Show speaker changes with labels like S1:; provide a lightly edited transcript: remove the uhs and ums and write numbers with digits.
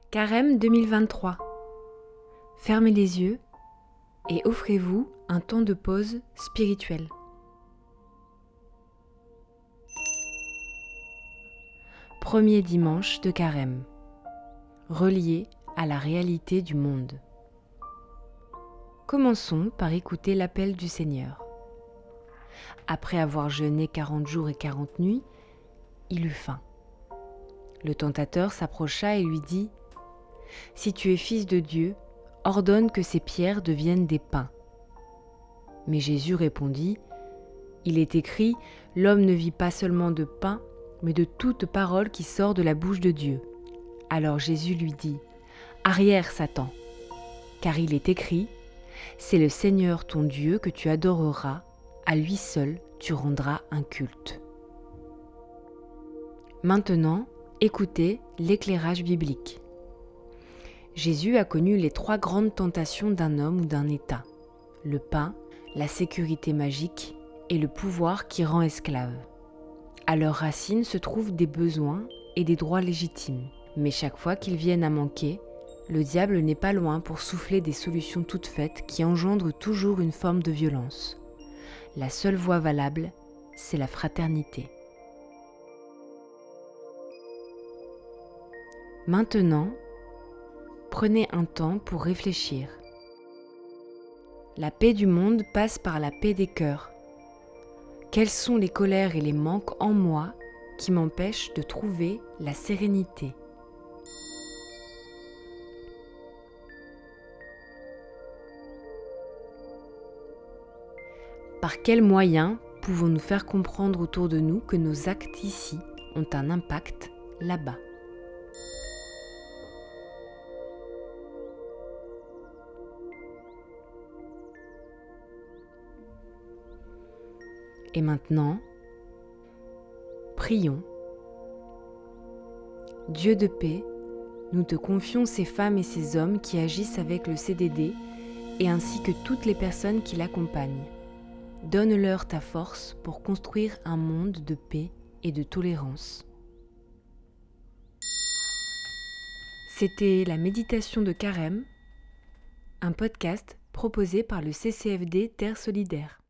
S1: Carême 2023. Fermez les yeux et offrez-vous un temps de pause spirituelle. Premier dimanche de Carême. Relié à la réalité du monde. Commençons par écouter l'appel du Seigneur. Après avoir jeûné 40 jours et 40 nuits, il eut faim. Le tentateur s'approcha et lui dit : « Si tu es fils de Dieu, ordonne que ces pierres deviennent des pains. » Mais Jésus répondit : « Il est écrit, l'homme ne vit pas seulement de pain, mais de toute parole qui sort de la bouche de Dieu. » Alors Jésus lui dit : « Arrière, Satan, car il est écrit, c'est le Seigneur ton Dieu que tu adoreras, à lui seul tu rendras un culte. » Maintenant, écoutez l'éclairage biblique. Jésus a connu les 3 grandes tentations d'un homme ou d'un État : le pain, la sécurité magique et le pouvoir qui rend esclave. À leur racine se trouvent des besoins et des droits légitimes. Mais chaque fois qu'ils viennent à manquer, le diable n'est pas loin pour souffler des solutions toutes faites qui engendrent toujours une forme de violence. La seule voie valable, c'est la fraternité. Maintenant, prenez un temps pour réfléchir. La paix du monde passe par la paix des cœurs. Quelles sont les colères et les manques en moi qui m'empêchent de trouver la sérénité ? Par quels moyens pouvons-nous faire comprendre autour de nous que nos actes ici ont un impact là-bas ? Et maintenant, prions. Dieu de paix, nous te confions ces femmes et ces hommes qui agissent avec le CDD et ainsi que toutes les personnes qui l'accompagnent. Donne-leur ta force pour construire un monde de paix et de tolérance. C'était la méditation de Carême, un podcast proposé par le CCFD Terre Solidaire.